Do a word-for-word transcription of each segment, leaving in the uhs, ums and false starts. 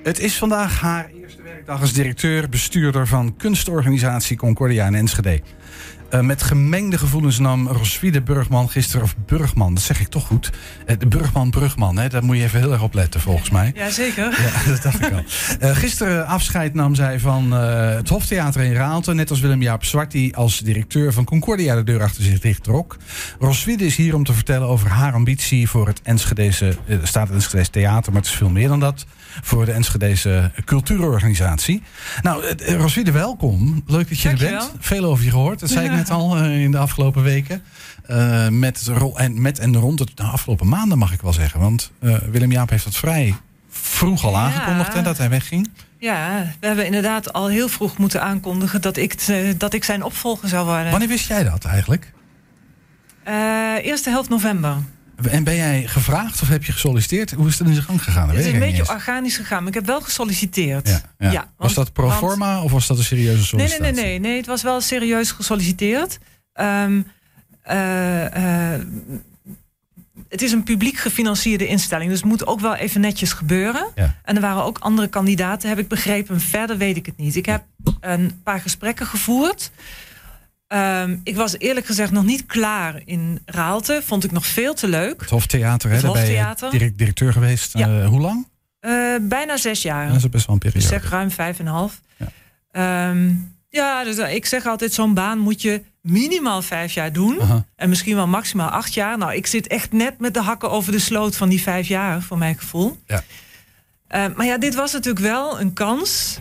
Het is vandaag haar eerste werkdag als directeur-bestuurder van kunstorganisatie Concordia in Enschede. Uh, met gemengde gevoelens nam Roswithe Burgman gisteren, of Burgman, dat zeg ik toch goed. Uh, de Burgman Brugman, hè, daar moet je even heel erg op letten volgens mij. Jazeker. Ja, dat dacht ik al. Uh, gisteren afscheid nam zij van uh, het Hoftheater in Raalte, net als Willem-Jaap Zwart, die als directeur van Concordia de deur achter zich dicht trok. Roswithe is hier om te vertellen over haar ambitie voor het Enschedese, uh, staat het Enschedese Theater, maar het is veel meer dan dat. Voor de Enschedese cultuurorganisatie. Nou, uh, Roswithe, welkom. Leuk dat je er bent. Veel over je gehoord. Dat zei ik net al uh, in de afgelopen weken. Uh, met, en, met en rond het nou, afgelopen maanden mag ik wel zeggen. Want uh, Willem-Jaap heeft dat vrij vroeg al aangekondigd, ja. Hè, dat hij wegging. Ja, we hebben inderdaad al heel vroeg moeten aankondigen dat ik, t, dat ik zijn opvolger zou worden. Wanneer wist jij dat eigenlijk? Uh, eerste helft november. En ben jij gevraagd of heb je gesolliciteerd? Hoe is het in zijn gang gegaan? Het is een beetje organisch gegaan, maar ik heb wel gesolliciteerd. Ja, ja. Ja, want, was dat pro forma want, of was dat een serieuze sollicitatie? Nee, nee, nee, nee, nee het was wel serieus gesolliciteerd. Um, uh, uh, het is een publiek gefinancierde instelling, dus het moet ook wel even netjes gebeuren. Ja. En er waren ook andere kandidaten, heb ik begrepen. Verder weet ik het niet. Ik heb een paar gesprekken gevoerd. Um, ik was eerlijk gezegd nog niet klaar in Raalte. Vond ik nog veel te leuk. Het Hoftheater, hè? Het Daar Hoftheater. ben je directeur geweest. Ja. Uh, hoe lang? Uh, bijna zes jaar. Ja, dat is best wel een periode. Ik zeg ruim vijf en een half. Ja, um, ja dus ik zeg altijd, zo'n baan moet je minimaal vijf jaar doen. Uh-huh. En misschien wel maximaal acht jaar. Nou, ik zit echt net met de hakken over de sloot van die vijf jaar, voor mijn gevoel. Ja. Uh, maar ja, dit was natuurlijk wel een kans.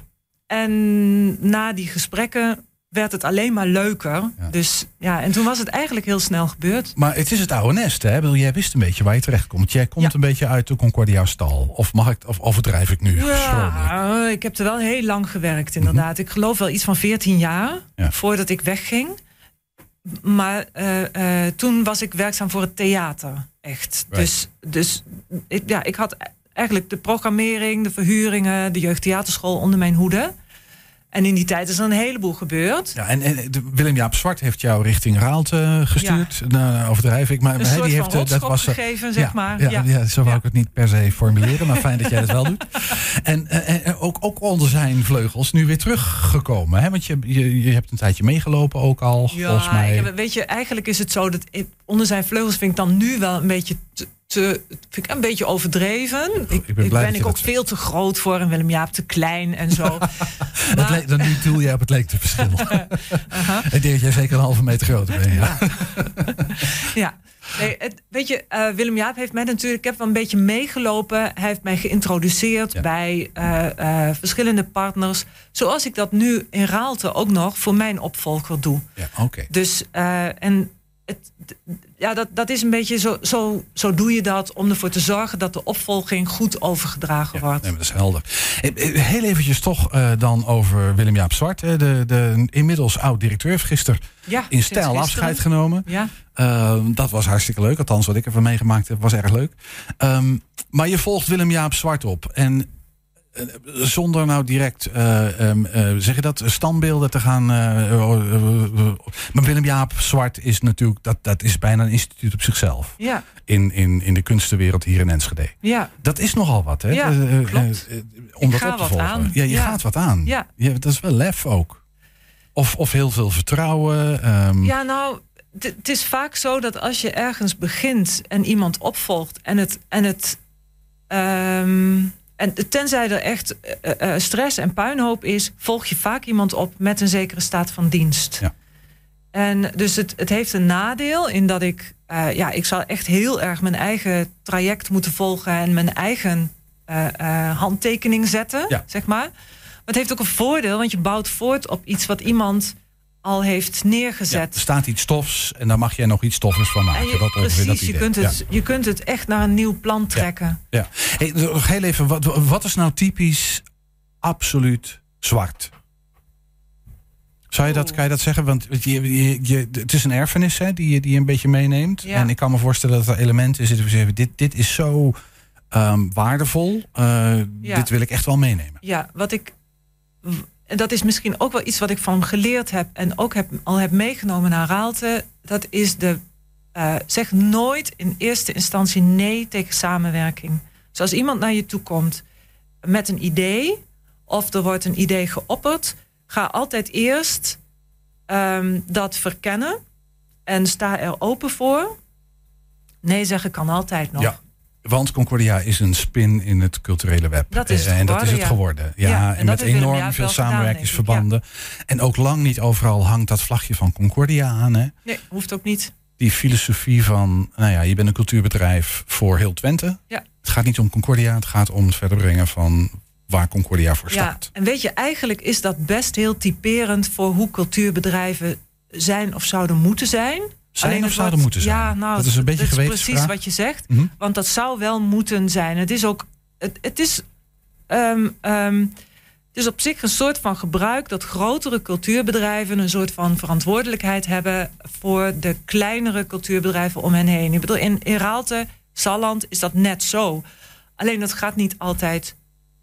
En na die gesprekken werd het alleen maar leuker. Ja. Dus ja, en toen was het eigenlijk heel snel gebeurd. Maar het is het oude nest, hè? Bedoel, jij wist een beetje waar je terecht komt. Jij komt ja. een beetje uit de Concordia-stal. Of mag ik, of overdrijf ik nu? Ja, ik heb er wel heel lang gewerkt, inderdaad. Mm-hmm. Ik geloof wel iets van veertien jaar ja. voordat ik wegging. Maar uh, uh, toen was ik werkzaam voor het theater, echt. Right. Dus, dus ik, ja, ik had eigenlijk de programmering, de verhuringen, de jeugdtheaterschool onder mijn hoede. En in die tijd is er een heleboel gebeurd. Ja, en, en Willem-Jaap Zwart heeft jou richting Raalte gestuurd. Ja. Nou, overdrijf ik. Maar een hij, soort die van heeft dat was gegeven, zeg ja, maar. Ja, ja. ja, zo wou ja. ik het niet per se formuleren. Maar fijn dat jij het wel doet. En, en, en ook, ook onder zijn vleugels nu weer teruggekomen. Hè? Want je, je, je hebt een tijdje meegelopen ook al, ja, volgens mij. Ik, weet je, eigenlijk is het zo dat ik, onder zijn vleugels vind ik dan nu wel een beetje te, te vind ik een beetje overdreven. Ik, ik ben, blij ben ik ook veel te groot voor en Willem-Jaap te klein en zo. Maar, le- dan nu doel je op het leekteverschil. uh-huh. Ik denk dat jij zeker een halve meter groter bent. Ja. ja. Nee, het, weet je, uh, Willem-Jaap heeft mij natuurlijk, ik heb wel een beetje meegelopen. Hij heeft mij geïntroduceerd ja. bij uh, uh, verschillende partners. Zoals ik dat nu in Raalte ook nog voor mijn opvolger doe. Ja, okay. Dus, uh, en het, ja, dat, dat is een beetje zo, zo, zo doe je dat om ervoor te zorgen dat de opvolging goed overgedragen ja, wordt. Nee, maar dat is helder. Heel eventjes toch uh, dan over Willem-Jaap Zwart. De, de inmiddels oud-directeur heeft gisteren ja, in stijl afscheid genomen. Ja. Uh, dat was hartstikke leuk. Althans, wat ik ervan meegemaakt heb, was erg leuk. Um, maar je volgt Willem-Jaap Zwart op. En uh, zonder nou direct, uh, um, uh, zeg je dat, standbeelden te gaan. Uh, uh, uh, uh, maar Willem-Jaap Zwart is natuurlijk, dat, dat is bijna een instituut op zichzelf. Ja. In, in, in de kunstenwereld hier in Enschede. Ja. Dat is nogal wat, hè? Ja, uh, klopt. Uh, uh, om ik dat ga op te wat volgen. aan. Ja, je ja. gaat wat aan. Ja. Ja, dat is wel lef ook. Of, of heel veel vertrouwen. Um... Ja, nou, het is vaak zo dat als je ergens begint en iemand opvolgt en het. En het um, en tenzij er echt uh, uh, stress en puinhoop is, volg je vaak iemand op met een zekere staat van dienst. Ja. En dus het, het heeft een nadeel in dat ik, uh, ja, ik zal echt heel erg mijn eigen traject moeten volgen en mijn eigen uh, uh, handtekening zetten, ja. zeg maar. Maar het heeft ook een voordeel, want je bouwt voort op iets wat iemand al heeft neergezet. Ja, er staat iets stofs en daar mag jij nog iets stoffers van maken. Je, dat precies, dat je, kunt het, ja. je kunt het echt naar een nieuw plan trekken. Ja, ja. Hey, nog heel even, wat, wat is nou typisch absoluut zwart? Zou je dat, kan je dat zeggen? Want je, je, je, het is een erfenis, hè, die, je, die je een beetje meeneemt. Ja. En ik kan me voorstellen dat er elementen zitten waar je zegt, dit, dit is zo um, waardevol. Uh, ja. Dit wil ik echt wel meenemen. Ja, wat ik... En dat is misschien ook wel iets wat ik van hem geleerd heb en ook heb, al heb meegenomen naar Raalte. Dat is de, uh, zeg nooit in eerste instantie nee tegen samenwerking. Dus als iemand naar je toe komt met een idee of er wordt een idee geopperd, ga altijd eerst um, dat verkennen en sta er open voor. Nee zeggen kan altijd nog. Ja. Want Concordia is een spin in het culturele web. Dat is het en geworden, dat is het ja. geworden. Ja, Ja, en en dat met heeft enorm Willem Jaap veel wel gedaan, samenwerkingsverbanden. denk ik, En ook lang niet overal hangt dat vlagje van Concordia aan. Hè? Nee, hoeft ook niet. Die filosofie van, nou ja, je bent een cultuurbedrijf voor heel Twente. Ja. Het gaat niet om Concordia, het gaat om het verder brengen van waar Concordia voor Ja, staat. en weet je, eigenlijk is dat best heel typerend voor hoe cultuurbedrijven zijn of zouden moeten zijn. Zijn Alleen of het zouden wordt- moeten zijn? Ja, nou, dat is een beetje dat is gewetensvraag. precies wat je zegt. Mm-hmm. Want dat zou wel moeten zijn. Het is ook, het, het is, um, um, het is op zich een soort van gebruik dat grotere cultuurbedrijven een soort van verantwoordelijkheid hebben voor de kleinere cultuurbedrijven om hen heen. Ik bedoel, in, in Raalte, Salland is dat net zo. Alleen dat gaat niet altijd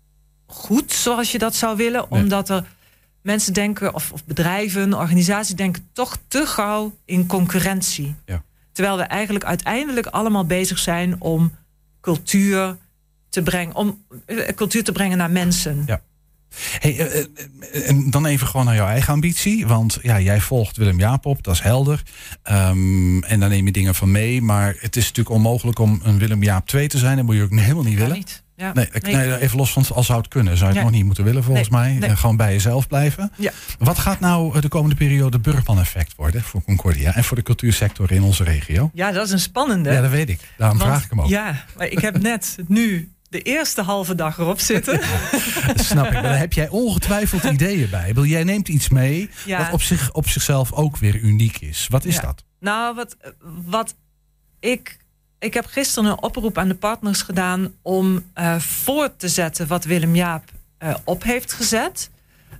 goed zoals je dat zou willen, Nee. omdat er mensen denken, of, of bedrijven, organisaties denken toch te gauw in concurrentie. Ja. Terwijl we eigenlijk uiteindelijk allemaal bezig zijn om cultuur te brengen, om uh, cultuur te brengen naar mensen. Ja. Hey, uh, uh, en dan even gewoon naar jouw eigen ambitie. Want ja, jij volgt Willem Jaap op, dat is helder. Um, en daar neem je dingen van mee. Maar het is natuurlijk onmogelijk om een Willem Jaap twee te zijn. Dat moet je ook helemaal niet willen. Ja, niet. Ja. Nee, ik, Nee. nee, even los van als zou het kunnen. Zou je het Ja. nog niet moeten willen volgens Nee, mij. nee. En gewoon bij jezelf blijven. Ja. Wat gaat nou de komende periode Burgman-effect worden voor Concordia en voor de cultuursector in onze regio? Ja, dat is een spannende. Ja, dat weet ik. Daarom Want- vraag ik hem ook. Ja, maar ik heb net nu de eerste halve dag erop zitten. Dat snap ik. Maar daar heb jij ongetwijfeld ideeën bij. Ik bedoel, jij neemt iets mee Ja. wat op, zich, op zichzelf ook weer uniek is. Wat is Ja. dat? Nou, wat, wat ik. Ik heb gisteren een oproep aan de partners gedaan om uh, voort te zetten wat Willem Jaap uh, op heeft gezet.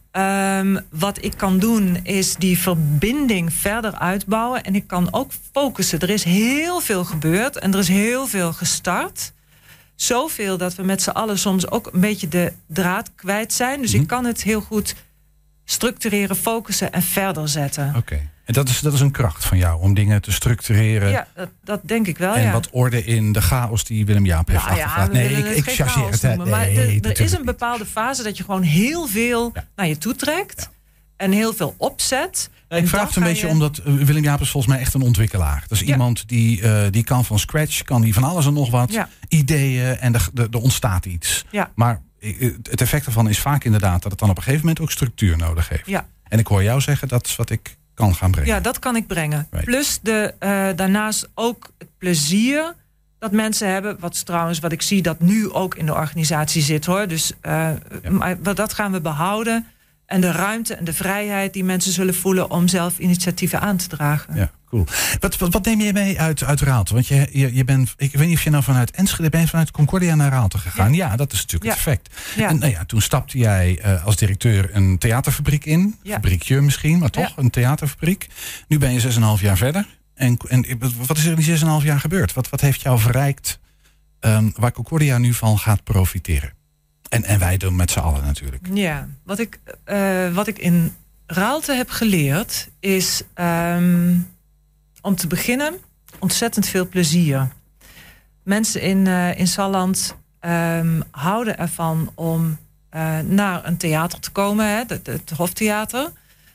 Um, wat ik kan doen is die verbinding verder uitbouwen. En ik kan ook focussen. Er is heel veel gebeurd en er is heel veel gestart. Zoveel dat we met z'n allen soms ook een beetje de draad kwijt zijn. Dus Mm-hmm. ik kan het heel goed structureren, focussen en verder zetten. Oké. Okay. En dat is, dat is een kracht van jou om dingen te structureren. Ja, dat, dat denk ik wel, En ja. wat orde in de chaos die Willem Jaap heeft Nou ja, achtergelaten. we Nee, willen ik, het ik geen chargeer chaos het. hè. noemen, maar Nee, er- er is natuurlijk een niet. bepaalde fase dat je gewoon heel veel Ja. naar je toe trekt. Ja. En heel veel opzet. Nee, ik En vraag dan het een ga beetje je- omdat uh, Willem Jaap is volgens mij echt een ontwikkelaar. Dat is Ja. iemand die, uh, die kan van scratch, kan die van alles en nog wat. Ja. Ideeën en er, er, er ontstaat iets. Ja. Maar uh, het effect daarvan is vaak inderdaad dat het dan op een gegeven moment ook structuur nodig heeft. Ja. En ik hoor jou zeggen, dat is wat ik kan gaan brengen. Ja, dat kan ik brengen. Right. Plus de, uh, daarnaast ook het plezier dat mensen hebben. Wat is trouwens wat ik zie dat nu ook in de organisatie zit, hoor. Dus uh, Ja. maar dat gaan we behouden. En de ruimte en de vrijheid die mensen zullen voelen om zelf initiatieven aan te dragen. Ja, cool. Wat, wat, wat neem je mee uit, uit Raalte? Want je, je, je bent, ik weet niet of je nou vanuit Enschede bent, vanuit Concordia naar Raalte gegaan. Ja, ja dat is natuurlijk Ja. het effect. Ja. En nou ja, toen stapte jij uh, als directeur een theaterfabriek in. Ja. Fabriekje misschien, maar toch Ja. een theaterfabriek. Nu ben je zes en een half jaar verder. En, en wat is er in die zes en een half jaar gebeurd? Wat, wat heeft jou verrijkt um, waar Concordia nu van gaat profiteren? En, en wij doen met z'n allen natuurlijk. Ja, wat ik, uh, wat ik in Raalte heb geleerd is um, om te beginnen ontzettend veel plezier. Mensen in, uh, in Salland um, houden ervan om uh, naar een theater te komen, hè, het, het Hoftheater.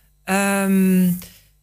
Um,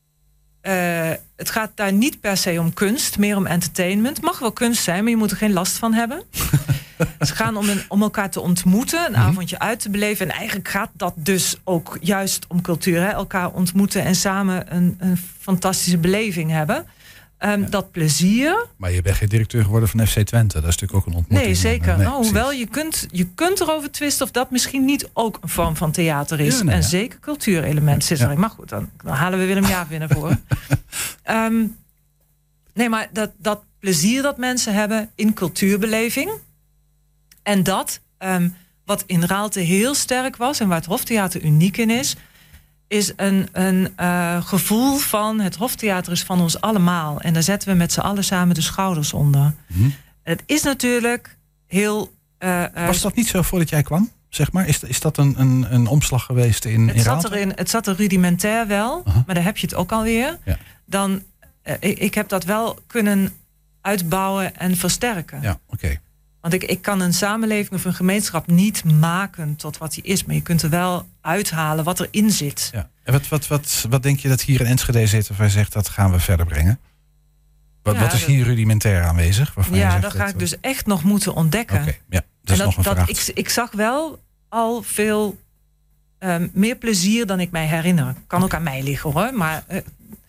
uh, het gaat daar niet per se om kunst, meer om entertainment. Het mag wel kunst zijn, maar je moet er geen last van hebben. Ze gaan om, een, om elkaar te ontmoeten, een Mm-hmm. avondje uit te beleven. En eigenlijk gaat dat dus ook juist om cultuur. Hè? Elkaar ontmoeten en samen een, een fantastische beleving hebben. Um, Ja. Dat plezier. Maar je bent geen directeur geworden van F C Twente. Dat is natuurlijk ook een ontmoeting. Nee, zeker. Nee, nou, hoewel, je kunt, je kunt erover twisten of dat misschien niet ook een vorm van theater is. Ja, nou ja. En zeker cultuurelement zit Ja. erin. Maar goed, dan, dan halen we Willem Jaap weer naar voren. um, nee, maar dat, dat plezier dat mensen hebben in cultuurbeleving. En dat, um, wat in Raalte heel sterk was en waar het Hoftheater uniek in is, is een, een uh, gevoel van het Hoftheater is van ons allemaal. En daar zetten we met z'n allen samen de schouders onder. Mm-hmm. Het is natuurlijk heel... Uh, uh, Was dat niet zo voordat jij kwam? Zeg maar? Is, is dat een, een, een omslag geweest in, het, in zat Raalte? erin, het zat er rudimentair wel, Aha. maar daar heb je het ook alweer. Ja. Dan, uh, ik, ik heb dat wel kunnen uitbouwen en versterken. Ja, oké. Okay. Want ik, ik kan een samenleving of een gemeenschap niet maken tot wat die is. Maar je kunt er wel uithalen wat erin zit. Ja. En wat, wat, wat, wat denk je dat hier in Enschede zit waarvan je zegt dat gaan we verder brengen? Wat, ja, wat is hier rudimentair aanwezig? Ja, dat ga ik dus echt nog moeten ontdekken. Okay, ja, dat is dat, nog een dat, vraag. Ik, ik zag wel al veel um, meer plezier dan ik mij herinner. Kan okay. ook aan mij liggen hoor. Maar, uh,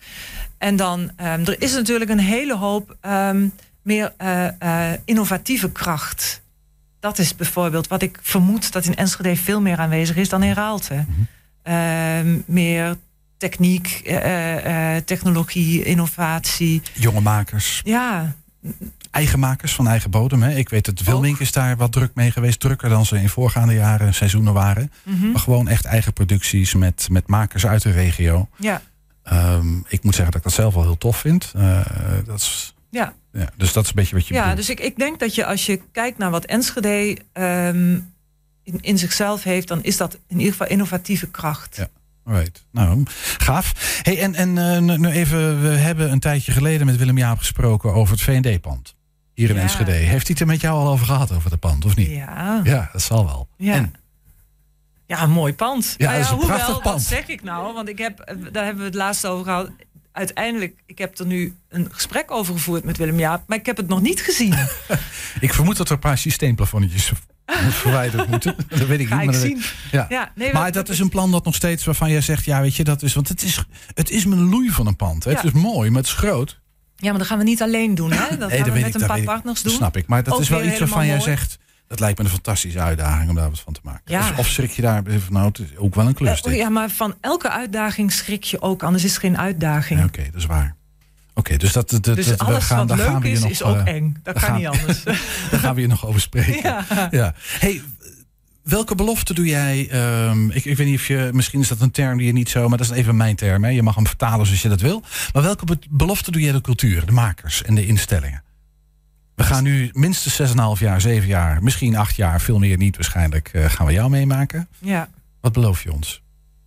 en dan, um, er is natuurlijk een hele hoop um, meer uh, uh, innovatieve kracht. Dat is bijvoorbeeld wat ik vermoed dat in Enschede veel meer aanwezig is dan in Raalte. Mm-hmm. Uh, meer techniek, uh, uh, technologie, innovatie. Jonge makers. Ja. Eigenmakers van eigen bodem. Hè? Ik weet dat Wilmink is daar wat druk mee geweest. Drukker dan ze in voorgaande jaren seizoenen waren. Mm-hmm. Maar gewoon echt eigen producties met, met makers uit de regio. Ja. Um, ik moet zeggen dat ik dat zelf wel heel tof vind. Uh, dat is, ja. ja. Dus dat is een beetje wat je ja, bedoelt. Dus ik, ik denk dat je als je kijkt naar wat Enschede um, in, in zichzelf heeft, dan is dat in ieder geval innovatieve kracht. Ja. Right. Nou, gaaf. Hey, en en uh, nu even, we hebben een tijdje geleden met Willem-Jaap gesproken over het V en D-pand. Hier in ja. Enschede. Heeft hij het er met jou al over gehad, over het pand, of niet? Ja. Ja, dat zal wel. Ja. En? Ja, een mooi pand. Ja, dat is een hoewel, prachtig pand. Wat zeg ik nou? Want ik heb, daar hebben we het laatst over gehad. Uiteindelijk, ik heb er nu een gesprek over gevoerd met Willem-Jaap, maar ik heb het nog niet gezien. Ik vermoed dat er een paar systeemplafonnetjes verwijderd moeten. Dat weet ik Ga niet. Ik maar zien. Ja. Ja, nee, maar wat, dat is een plan dat nog steeds waarvan jij zegt, ja, weet je, dat is, want het is, het is mijn loei van een pand. Hè? Ja. Het is mooi, maar het is groot. Ja, maar dat gaan we niet alleen doen. Hè? Dat nee, gaan dat we met ik, een paar ik, partners doen. Dat snap ik. Maar dat Ook is wel iets waarvan jij mooi. zegt, dat lijkt me een fantastische uitdaging om daar wat van te maken. Ja. Of, of schrik je daar van, nou, het is ook wel een klus. Uh, ja, maar van elke uitdaging schrik je ook, anders is het geen uitdaging. Ja, Oké, okay, dat is waar. Oké, okay, dus dat, dat, dus dat alles we gaan, wat daar leuk gaan we is, nog, is ook uh, eng. Dat kan gaan, niet anders. Daar gaan we hier nog over spreken. Ja. Ja. Hey, welke belofte doe jij? Um, ik, ik weet niet of je, misschien is dat een term die je niet zo, maar dat is even mijn term. Hè? Je mag hem vertalen zoals je dat wil. Maar welke be- belofte doe jij de cultuur, de makers en de instellingen? We gaan nu minstens zes komma vijf jaar, zeven jaar, misschien acht jaar, veel meer niet waarschijnlijk, uh, gaan we jou meemaken. Ja. Wat beloof je ons?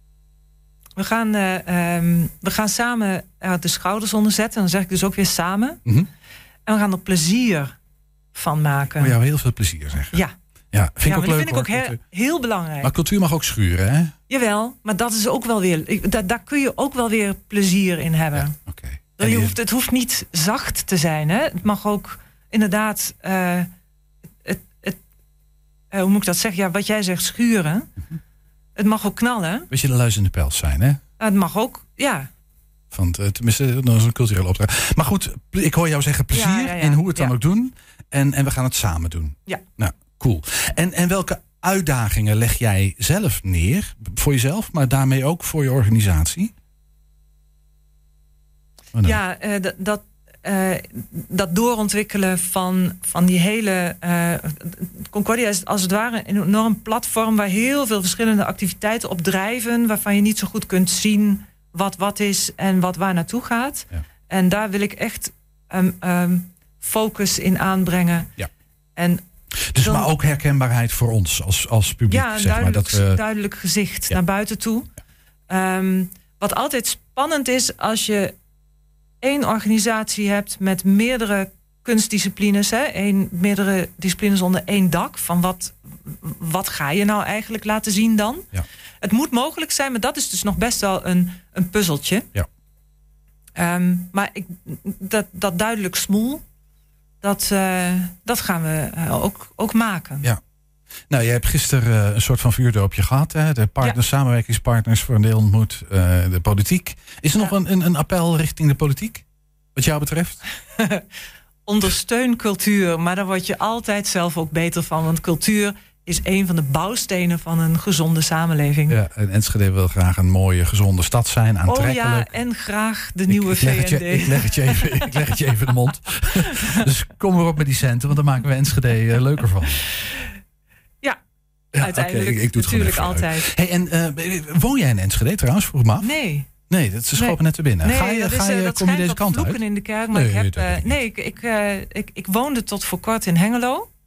We gaan, uh, um, we gaan samen uh, de schouders onder zetten. Dan zeg ik dus ook weer samen. Mm-hmm. En we gaan er plezier van maken. Voor jou heel veel plezier zeggen. Ja. Ja, vind ik ja, ook leuk. Dat vind ik ook heel, heel belangrijk. Maar cultuur mag ook schuren, hè? Jawel, maar dat is ook wel weer. Ik, da, daar kun je ook wel weer plezier in hebben. Ja, okay. Je hoeft, het hoeft niet zacht te zijn, hè? Het mag ook inderdaad. Uh, het, het, uh, hoe moet ik dat zeggen? Ja, wat jij zegt, schuren. Mm-hmm. Het mag ook knallen. Weet je, de luis in de pels zijn, hè? Uh, het mag ook, ja. Van, tenminste, dat is een culturele opdracht. Maar goed, ik hoor jou zeggen plezier ja, ja, ja. in hoe we het dan ja. ook doen. En, en we gaan het samen doen. Ja. Nou, cool. En, en welke uitdagingen leg jij zelf neer? Voor jezelf, maar daarmee ook voor je organisatie? Oh, nou. Ja, uh, d- dat, uh, dat doorontwikkelen van, van die hele... Uh, Concordia is als het ware een enorm platform waar heel veel verschillende activiteiten op drijven, waarvan je niet zo goed kunt zien wat wat is en wat waar naartoe gaat. Ja. En daar wil ik echt um, um, focus in aanbrengen. Ja. En dus dan, maar ook herkenbaarheid voor ons als, als publiek. Ja, een zeg duidelijk, maar, dat we... duidelijk gezicht ja. naar buiten toe. Ja. Um, wat altijd spannend is als je één organisatie hebt met meerdere kunstdisciplines, hè, één, meerdere disciplines onder één dak. Van wat, wat ga je nou eigenlijk laten zien dan? Ja. Het moet mogelijk zijn, maar dat is dus nog best wel een, een puzzeltje. Ja. Um, maar ik, dat, dat duidelijk smoel, dat, uh, dat gaan we uh, ook, ook maken. Ja. Nou, je hebt gisteren uh, een soort van vuurdoopje gehad. Hè? De partners, ja. samenwerkingspartners voor een deel ontmoet. Uh, de politiek. Is er ja. nog een, een, een appel richting de politiek? Wat jou betreft? Ondersteun cultuur, maar daar word je altijd zelf ook beter van. Want cultuur is een van de bouwstenen van een gezonde samenleving. Ja, en Enschede wil graag een mooie, gezonde stad zijn, aantrekkelijk. Oh ja, en graag de nieuwe ik, ik leg V N D. Je, ik, leg het je even, ik leg het je even in de mond. Dus kom maar op met die centen, want dan maken we Enschede uh, leuker van. Ja, ja uiteindelijk. Okay, ik, ik doe het natuurlijk altijd. Hey, en uh, woon jij in Enschede trouwens, vroeg me af? Nee. Nee, dat ze schoppen nee. net te binnen. Nee, ga je, dat ga is, je, dat kom je deze kant uit? vloeken in de kerk, maar nee, ik heb, dat uh, ik nee, ik, ik, uh, ik, ik woonde tot voor kort in Hengelo.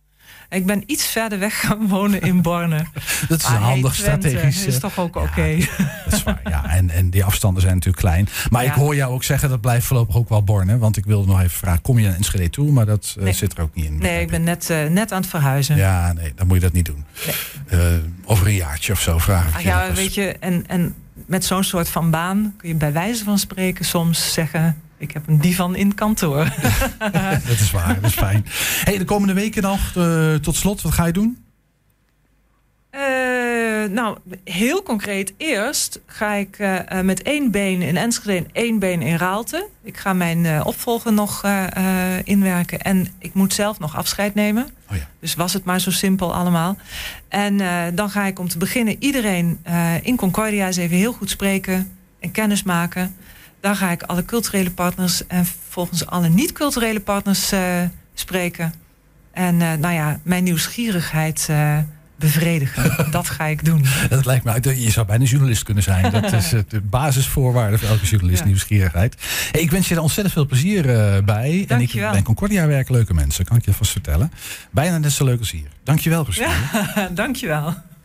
Ik ben iets verder weg gaan wonen in Borne. Dat is een handig strategisch. Dat is toch ook ja, oké. Okay. Dat is waar, ja. En, en die afstanden zijn natuurlijk klein. Maar ja. ik hoor jou ook zeggen, dat blijft voorlopig ook wel Borne. Want ik wilde nog even vragen, kom je naar Enschede toe? Maar dat uh, nee. zit er ook niet in. Nee, ik ben net, uh, net aan het verhuizen. Ja, nee, dan moet je dat niet doen. Nee. Uh, over een jaartje of zo vragen. Ach, ja, weet je, en, en met zo'n soort van baan kun je bij wijze van spreken soms zeggen, ik heb een divan in het kantoor. Dat is waar, dat is fijn. Hey, de komende weken nog, uh, tot slot, wat ga je doen? Uh, nou, heel concreet. Eerst ga ik uh, met één been in Enschede en één been in Raalte. Ik ga mijn uh, opvolger nog uh, uh, inwerken. En ik moet zelf nog afscheid nemen. Oh ja. Dus was het maar zo simpel allemaal. En uh, dan ga ik om te beginnen iedereen uh, in Concordia eens even heel goed spreken en kennis maken. Dan ga ik alle culturele partners en volgens alle niet-culturele partners uh, spreken. En uh, nou ja, mijn nieuwsgierigheid Uh, bevredigen. Dat ga ik doen. Dat lijkt me, je zou bijna journalist kunnen zijn. Dat is de basisvoorwaarde voor elke journalist, ja. Nieuwsgierigheid. Hey, ik wens je er ontzettend veel plezier uh, bij. Dank en ik bij Concordia werken leuke mensen, kan ik je vast vertellen. Bijna net zo leuk als hier. Dank je wel, Roosville. Ja, dank je wel.